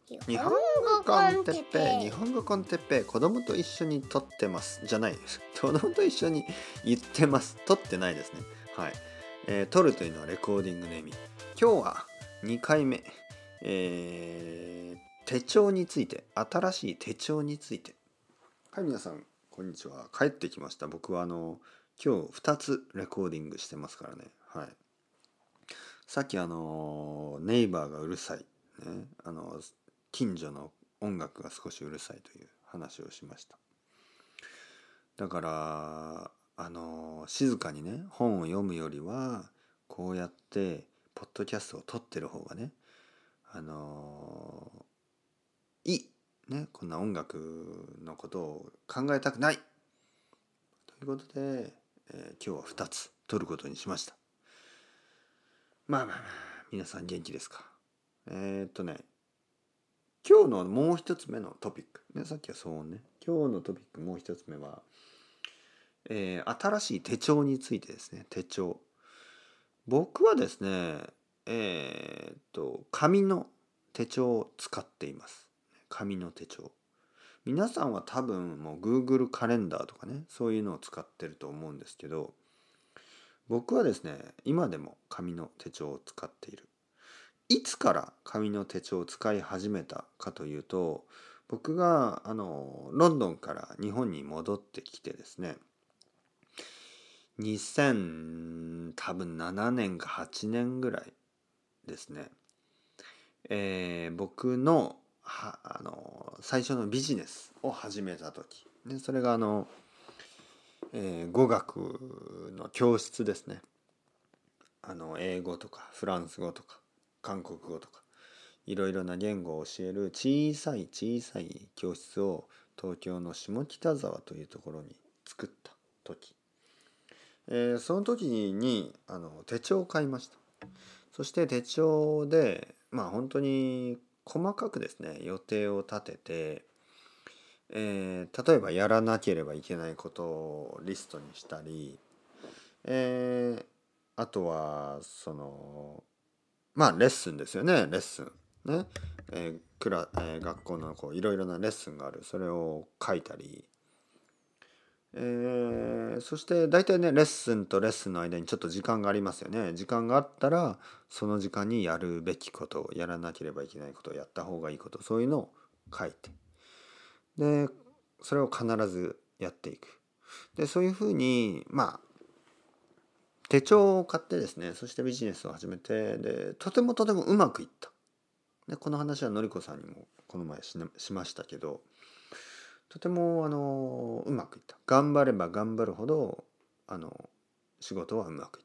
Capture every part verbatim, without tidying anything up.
日本語コンテッペイ、日本語コンテッペイ、子供と一緒に撮ってますじゃないです。子供と一緒に言ってます。撮ってないですね。はい。えー、撮るというのはレコーディングの意味。今日はにかいめ、えー、手帳について、新しい手帳について。はい、皆さんこんにちは。帰ってきました。僕はあの今日ふたつレコーディングしてますからね。はい。さっきあのネイバーがうるさい、ね、あの近所の音楽が少しうるさいという話をしました。だからあの静かにね本を読むよりはこうやってポッドキャストを撮ってる方がねあのいいね、こんな音楽のことを考えたくないということで、えー、今日はふたつ撮ることにしました。まあまあまあ皆さん元気ですか。えー、っとね今日のもう一つ目のトピック、ね、さっきは騒音ね。今日のトピックもう一つ目は、えー、新しい手帳についてですね。手帳。僕はですね、えー、っと紙の手帳を使っています。紙の手帳。皆さんは多分もう Google カレンダーとかね、そういうのを使ってると思うんですけど、僕はですね、今でも紙の手帳を使っている。いつから紙の手帳を使い始めたかというと、僕があのロンドンから日本に戻ってきてですね、にせん多分ななねんかはちねんぐらいですね、えー、僕のはあの最初のビジネスを始めた時、ね、それがあの、えー、語学の教室ですね。あの英語とかフランス語とか韓国語とかいろいろな言語を教える小さい小さい教室を東京の下北沢というところに作った時、えーその時にあの手帳を買いました。そして手帳でまあ本当に細かくですね予定を立てて、えー例えばやらなければいけないことをリストにしたり、えーあとはそのまあレッスンですよね。レッスンね、えークラえー学校のこういろいろなレッスンがある。それを書いたり、えーそして大体ねレッスンとレッスンの間にちょっと時間がありますよね。時間があったらその時間にやるべきことを、やらなければいけないことを、やった方がいいこと、そういうのを書いて、でそれを必ずやっていく。でそういうふうにまあ手帳を買ってですね、そしてビジネスを始めて、でとてもとてもうまくいった。でこの話はのりこさんにもこの前し,、ね、しましたけど、とてもあのうまくいった。頑張れば頑張るほどあの仕事はうまくいった。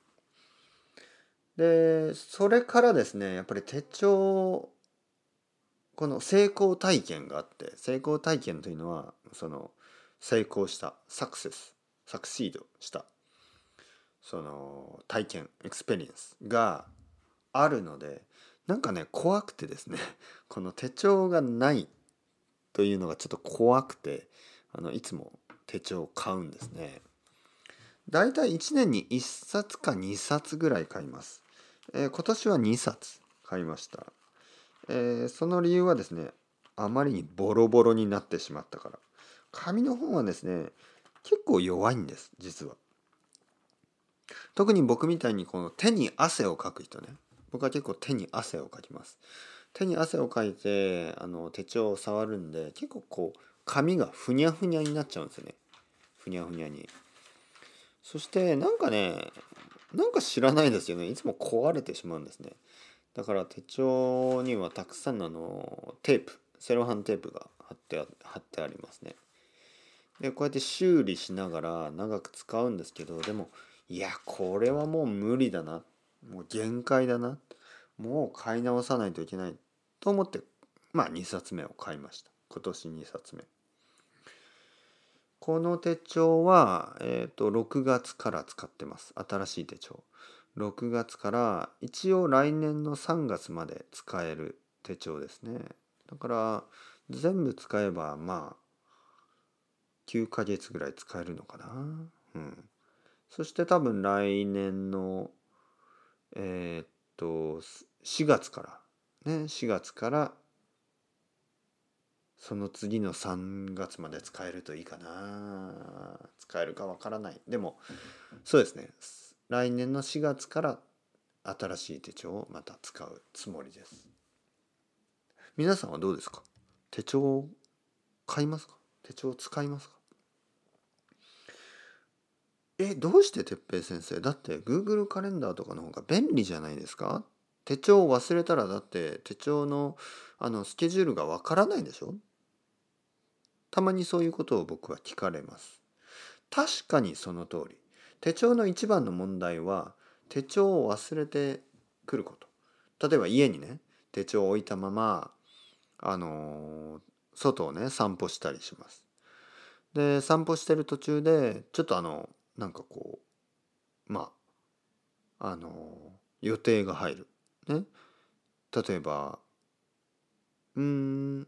でそれからですね、やっぱり手帳、この成功体験があって、成功体験というのはその成功した、サクセスサクシードしたその体験、エクスペリエンスがあるので、なんかね怖くてですねこの手帳がないというのがちょっと怖くて、あのいつも手帳を買うんですね。だいたいいちねんにいっさつかにさつぐらい買います。えー今年はにさつ買いました。えーその理由はですね、あまりにボロボロになってしまったから。紙の本はですね結構弱いんです、実は。特に僕みたいにこの手に汗をかく人ね。僕は結構手に汗をかきます。手に汗をかいてあの手帳を触るんで、結構こう紙がふにゃふにゃになっちゃうんですよね。ふにゃふにゃに。そしてなんかね、なんか知らないですよね。いつも壊れてしまうんですね。だから手帳にはたくさんのあのテープ、セロハンテープが貼ってあ、貼ってありますね。で、こうやって修理しながら長く使うんですけど、でも、いや、これはもう無理だな。もう限界だな。もう買い直さないといけないと思って、まあにさつめを買いました。今年にさつめ。この手帳は、えっと、ろくがつから使ってます。新しい手帳。ろくがつから一応来年のさんがつまで使える手帳ですね。だから全部使えばまあきゅうかげつぐらい使えるのかな。うん。そして多分来年のえーっとしがつからね、しがつからその次のさんがつまで使えるといいかな。使えるかわからない。でもそうですね、来年のしがつから新しい手帳をまた使うつもりです。皆さんはどうですか？手帳を買いますか？手帳を使いますか？え、どうして哲平先生？だって Google カレンダーとかの方が便利じゃないですか？手帳を忘れたらだって手帳のあのスケジュールがわからないでしょ？たまにそういうことを僕は聞かれます。確かにその通り。手帳の一番の問題は手帳を忘れてくること。例えば家にね、手帳を置いたままあのー外をね散歩したりします。で散歩してる途中でちょっとあのなんかこうまああのー予定が入るね。例えばうーん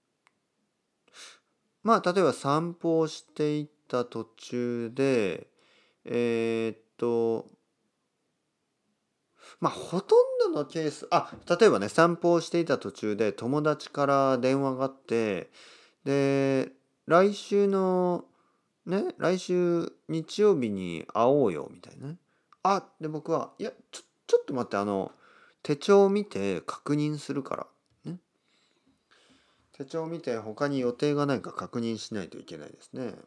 まあ例えば散歩をしていた途中でえーっとまあほとんどのケース、あ例えばね散歩をしていた途中で友達から電話があって、で来週のね来週日曜日に会おうよみたいなね。あで僕はいやちょちょっと待って、あの手帳を見て確認するからね。手帳を見て他に予定がないか確認しないといけないですね。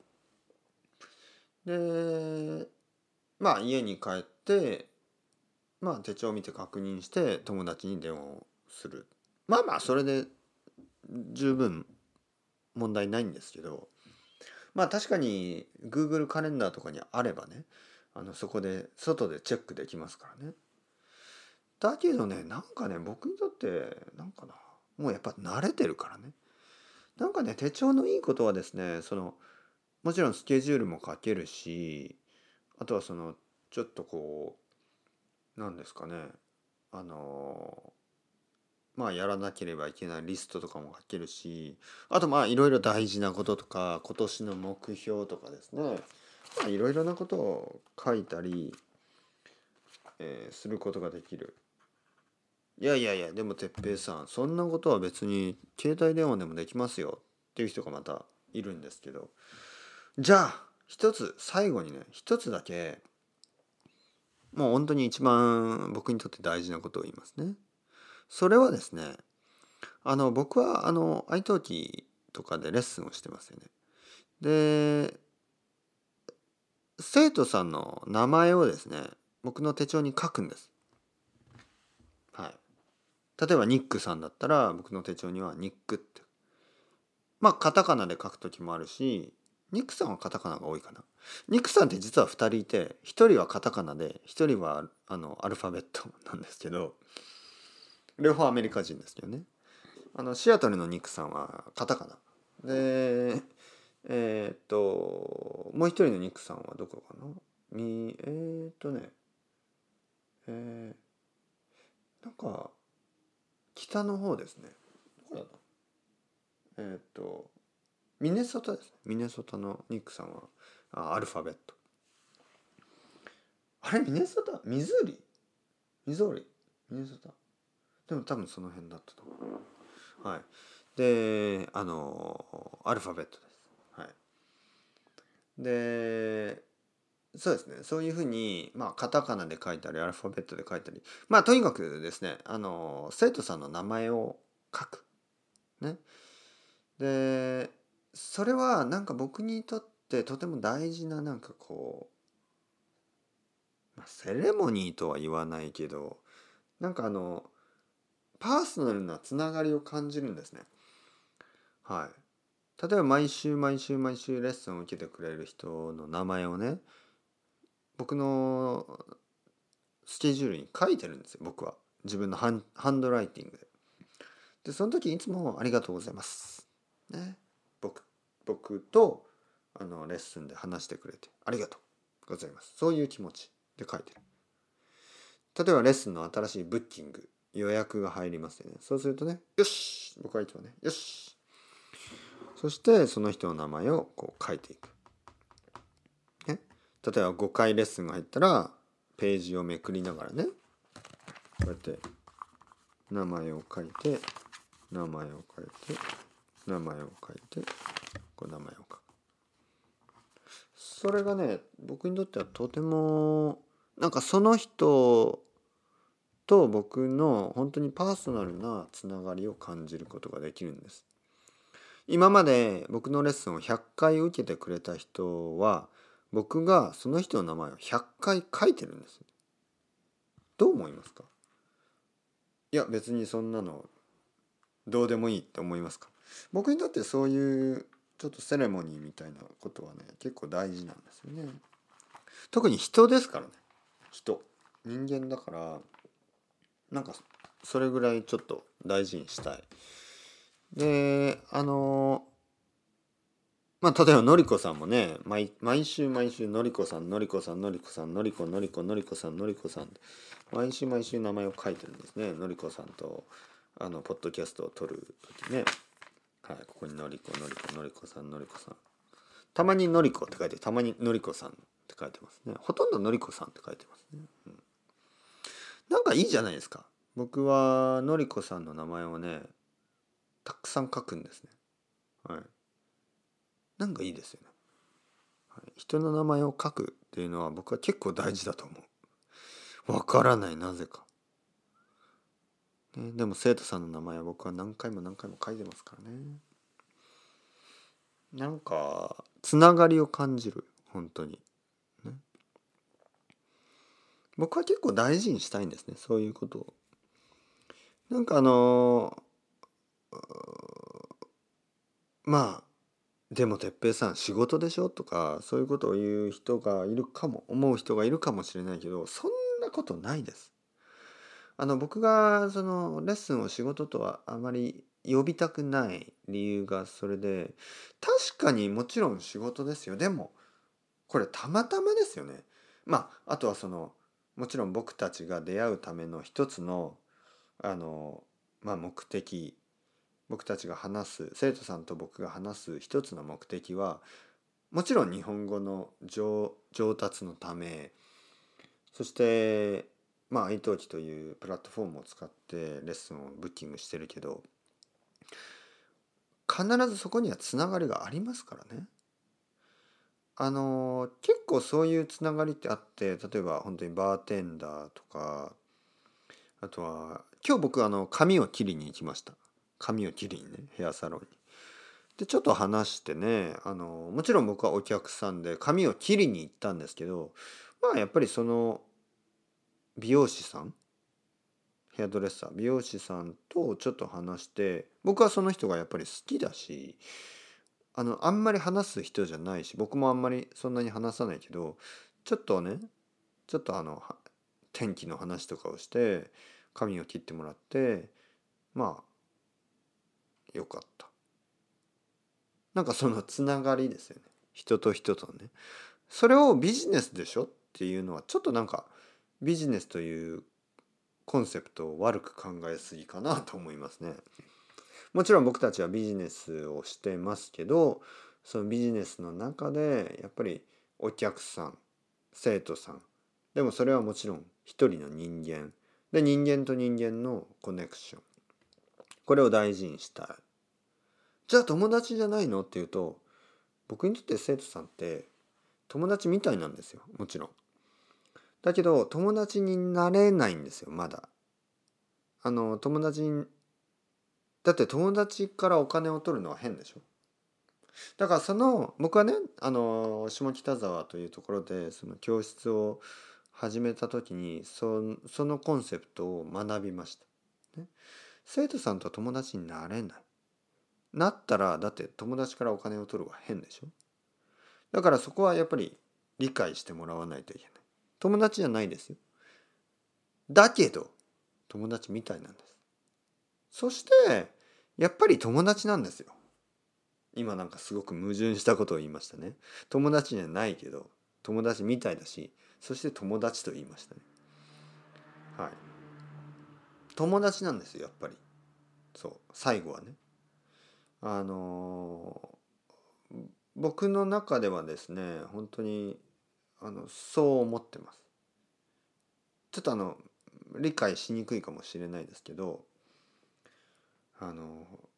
でまあ家に帰ってまあ手帳を見て確認して友達に電話をする。まあまあそれで十分問題ないんですけど、まあ確かに Google カレンダーとかにあればね、あのそこで外でチェックできますからね。だけどね、なんかね僕にとってなんかな、もうやっぱ慣れてるからね。なんかね手帳のいいことはですね、そのもちろんスケジュールも書けるし、あとはそのちょっとこうなんですかね、あのまあやらなければいけないリストとかも書けるし、あとまあいろいろ大事なこととか今年の目標とかですね、まあいろいろなことを書いたり、えーすることができる。いやいやいや、でも哲平さんそんなことは別に携帯電話でもできますよっていう人がまたいるんですけど、じゃあ一つ最後にね一つだけ、もう本当に一番僕にとって大事なことを言いますね。それはですね、あの僕はあの iTalki とかでレッスンをしてますよね。で生徒さんの名前をですね僕の手帳に書くんです。はい。例えばニックさんだったら僕の手帳にはニックって、まあカタカナで書く時もあるし、ニックさんはカタカナが多いかな。ニックさんって実はふたりいて、ひとりはカタカナでひとりはあのアルファベットなんですけど、両方アメリカ人ですけどね。あのシアトルのニックさんはカタカナで、えーっともう一人のニックさんはどこかな。みえーっとねえー、なんか北の方ですね。どこだった？えーっとミネソタですね。ミネソタのニックさんはあアルファベット。あれミネソタミズーリミゾーリミネソタ、でも多分その辺だったと思う。はい。であのアルファベットです。はい。でそうですね、そういうふうに、まあ、カタカナで書いたりアルファベットで書いたり、まあとにかくですね、あの生徒さんの名前を書くね。でそれはなんか僕にとってとても大事な、なんかこう、まあ、セレモニーとは言わないけど、なんかあのパーソナルなつながりを感じるんですね。はい。例えば毎週毎週毎週レッスンを受けてくれる人の名前をね僕のスケジュールに書いてるんですよ、僕は。自分のハン、ハンドライティングで。で、その時いつもありがとうございます。ね。僕、僕とあのレッスンで話してくれてありがとうございます。そういう気持ちで書いてる。例えばレッスンの新しいブッキング、予約が入りますよね。そうするとね、よし僕はいつもね、よしそしてその人の名前をこう書いていく。ね。例えばごかいレッスンが入ったら、ページをめくりながらね、こうやって名前を書いて名前を書いて名前を書いて、これ名前を書く。それがね、僕にとってはとてもなんかその人と僕の本当にパーソナルなつながりを感じることができるんです。今まで僕のレッスンをひゃっかい受けてくれた人は、僕がその人の名前をひゃっかい書いてるんです。どう思いますか？いや別にそんなのどうでもいいって思いますか？僕にとってそういうちょっとセレモニーみたいなことはね、結構大事なんですよね。特に人ですからね。人人間だから、なんかそれぐらいちょっと大事にしたい。で、あのまあ例えばのりこさんもね、毎毎週毎週のりこさんのりこさんのりこさんのりこのりこのりこさんのりこさん毎週毎週名前を書いてるんですね。のりこさんとあのポッドキャストを撮る時ね、はい、ここにのりこのりこのりこさんのりこさん、たまにのりこって書いて、たまにのりこさんって書いてますね。ほとんどのりこさんって書いてますね。うん、なんかいいじゃないですか。僕はのりこさんの名前をね、たくさん書くんですね。はい。なんかいいですよね。はい、人の名前を書くっていうのは僕は結構大事だと思う。わからない、なぜか。ね、でも生徒さんの名前は僕は何回も何回も書いてますからね。なんかつながりを感じる、本当に、ね、僕は結構大事にしたいんですね、そういうことを。なんかあのまあでも哲平さん仕事でしょとか、そういうことを言う人がいるかも、思う人がいるかもしれないけど、そんなことないです。あの僕がそのレッスンを仕事とはあまり呼びたくない理由がそれで、確かにもちろん仕事ですよ。でもこれたまたまですよね。まああとはそのもちろん僕たちが出会うための一つのあのまあ目的、僕たちが話す、生徒さんと僕が話す一つの目的はもちろん日本語の上、上達のため、そしてまあ iTalki というプラットフォームを使ってレッスンをブッキングしてるけど、必ずそこにはつながりがありますからね。あの結構そういうつながりってあって、例えば本当にバーテンダーとか、あとは今日僕あの髪を切りに行きました。髪を切りにね、ヘアサロンに。でちょっと話してね、あのもちろん僕はお客さんで髪を切りに行ったんですけど、まあやっぱりその美容師さん、ヘアドレッサー美容師さんとちょっと話して、僕はその人がやっぱり好きだし、あのあんまり話す人じゃないし、僕もあんまりそんなに話さないけど、ちょっとね、ちょっとあの天気の話とかをして髪を切ってもらって、まあよかった。なんかそのつながりですよね、人と人とね。それをビジネスでしょっていうのはちょっとなんかビジネスというコンセプトを悪く考えすぎかなと思いますね。もちろん僕たちはビジネスをしてますけど、そのビジネスの中でやっぱりお客さん、生徒さん、でもそれはもちろん一人の人間で、人間と人間のコネクション、これを大事にしたい。じゃあ友達じゃないのっていうと、僕にとって生徒さんって友達みたいなんですよ、もちろん。だけど友達になれないんですよ、まだ。あの友達に、だって友達からお金を取るのは変でしょ。だからその僕はね、あの下北沢というところでその教室を始めた時にそそのコンセプトを学びました、ね、生徒さんと友達になれない、なったらだって友達からお金を取るは変でしょ。だからそこはやっぱり理解してもらわないといけない。友達じゃないですよ。だけど友達みたいなんです。そしてやっぱり友達なんですよ。今なんかすごく矛盾したことを言いましたね。友達じゃないけど友達みたいだし、そして友達と言いましたね。はい。友達なんですよ、やっぱり。そう、最後はね。あのー僕の中ではですね、本当にあのそう思ってます。ちょっとあの理解しにくいかもしれないですけど、あの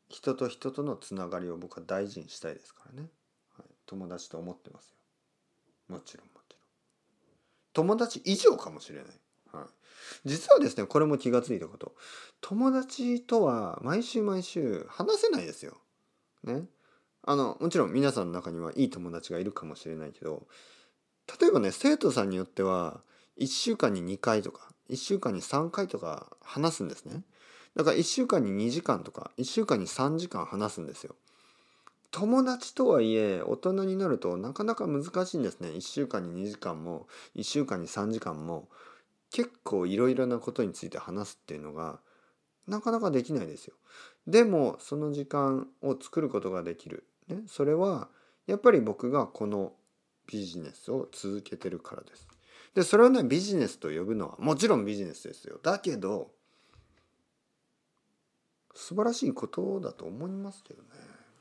人と人とのつながりを僕は大事にしたいですからね、はい、友達と思ってますよ。もちろんもちろん友達以上かもしれない、はい、実はですねこれも気がついたこと、友達とは毎週毎週話せないですよね。あのもちろん皆さんの中にはいい友達がいるかもしれないけど、例えばね生徒さんによってはいっしゅうかんににかいとかいっしゅうかんにさんかいとか話すんですね。だからいっしゅうかんににじかんとかいっしゅうかんにさんじかん話すんですよ。友達とはいえ大人になるとなかなか難しいんですね。いっしゅうかんににじかんもいっしゅうかんにさんじかんも結構いろいろなことについて話すっていうのがなかなかできないですよ。でもその時間を作ることができる、ね、それはやっぱり僕がこのビジネスを続けてるからです。でそれをねビジネスと呼ぶのはもちろんビジネスですよ。だけど素晴らしいことだと思いますけどね。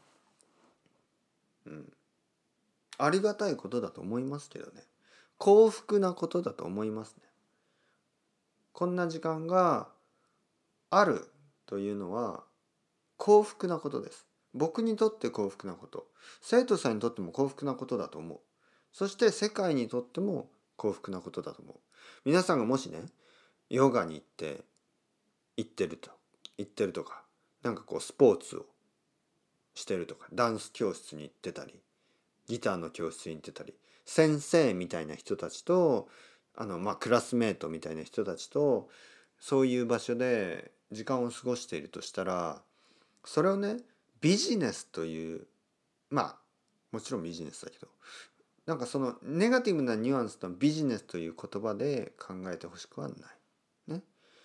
うん。ありがたいことだと思いますけどね。幸福なことだと思いますね。こんな時間があるというのは幸福なことです。僕にとって幸福なこと。生徒さんにとっても幸福なことだと思う。そして世界にとっても幸福なことだと思う。皆さんがもしね、ヨガに行って、行ってると、行ってるとか、なんかこうスポーツをしてるとか、ダンス教室に行ってたり、ギターの教室に行ってたり、先生みたいな人たちと、あのまあクラスメートみたいな人たちとそういう場所で時間を過ごしているとしたら、それをねビジネスという、まあもちろんビジネスだけど、なんかそのネガティブなニュアンスのビジネスという言葉で考えてほしくはないね。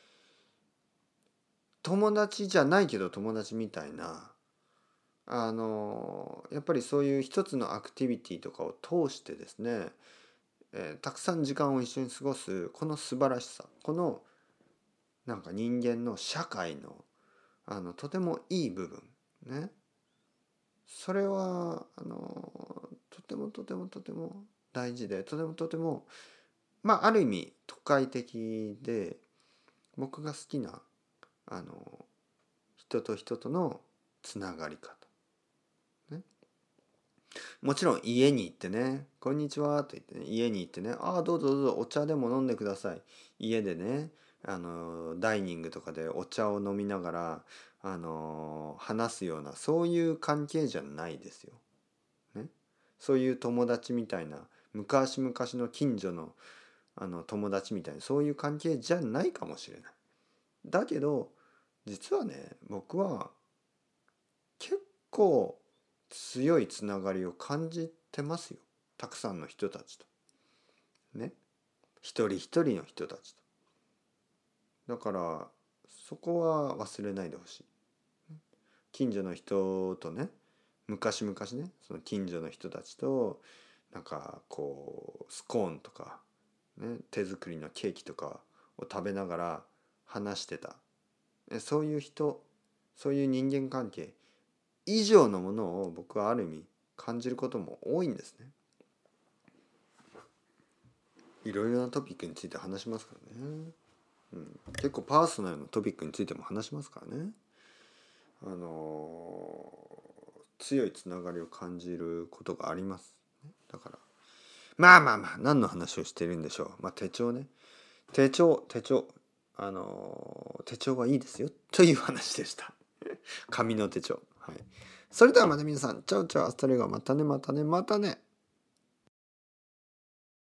友達じゃないけど友達みたいな、あのやっぱりそういう一つのアクティビティとかを通してですね、えーたくさん時間を一緒に過ごすこの素晴らしさ、このなんか人間の社会のあのとてもいい部分ね、それはあのとてもとてもとても大事で、とてもとてもまあある意味都会的で、僕が好きなあの人と人とのつながり方ね。もちろん家に行ってね「こんにちは」と言ってね、家に行ってね「ああどうぞどうぞお茶でも飲んでください」、家でねあのダイニングとかでお茶を飲みながらあの話すようなそういう関係じゃないですよ。ね、そういう友達みたいな昔々の近所のあの友達みたいなそういう関係じゃないかもしれない。だけど実はね僕は結構強いつながりを感じてますよ。たくさんの人たちとね、一人一人の人たちと。だからそこは忘れないでほしい。近所の人とね、昔々ねその近所の人たちとなんかこうスコーンとか、ね、手作りのケーキとかを食べながら話してた、そういう人、そういう人間関係以上のものを僕はある意味感じることも多いんですね。いろいろなトピックについて話しますからね、うん、結構パーソナルなトピックについても話しますからね。あのー、強いつながりを感じることがあります。だからまあまあまあ何の話をしているんでしょう。まあ手帳ね、手帳手帳あのー、手帳はいいですよという話でした。紙の手帳。はい。それではまた皆さん、チャオチャオ、アスタレゴ、またねまたねまたね。